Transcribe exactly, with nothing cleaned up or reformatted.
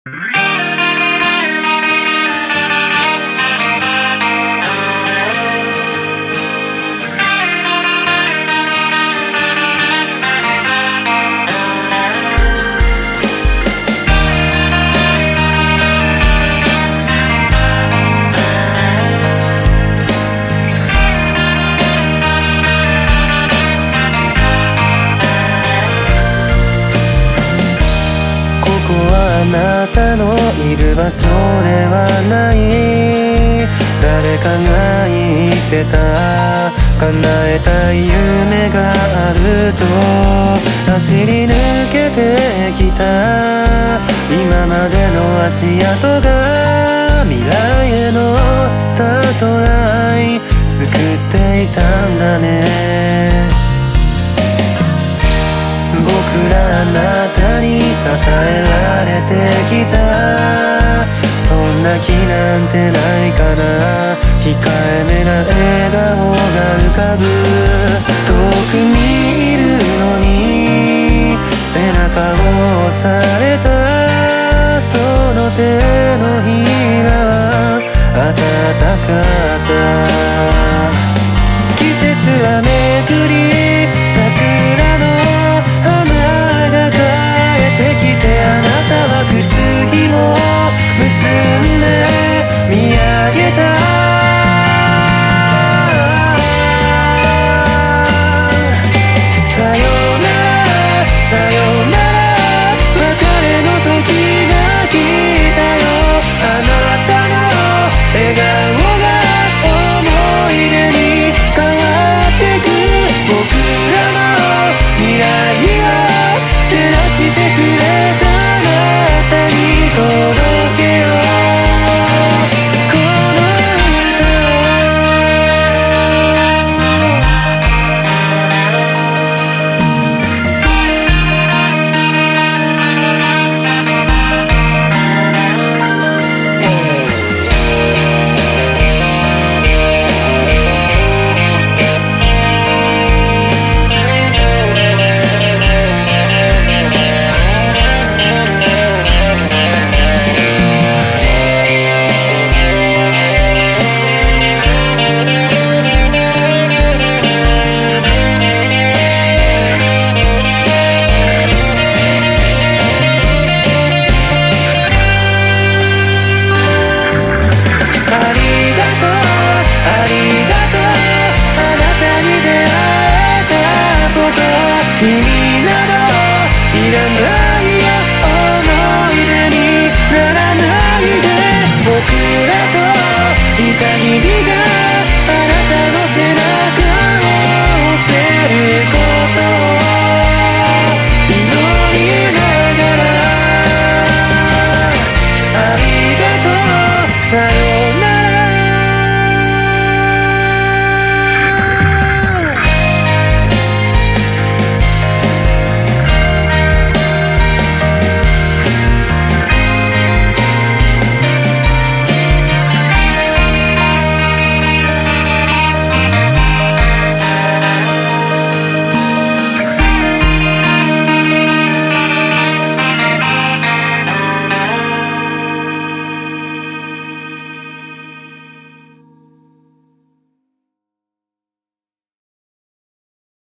あなたのいる場所ではない。誰かが言ってた叶えたい夢があると走り抜けてきた。今までの足跡が未来へのスタートライン作っていたんだね。僕らあなたに支えられてきた。そんな気なんてないかな。控えめな笑顔が浮かぶ。遠くにいるのに背中を押された。その手のひらは温かった。季節はめくり桜の靴ひも結んで見上げた。さよならさよなら別れの時が来たよ。あなたの笑顔が思い出に変わってく。僕らの未来を照らしてくれた。届けようこの君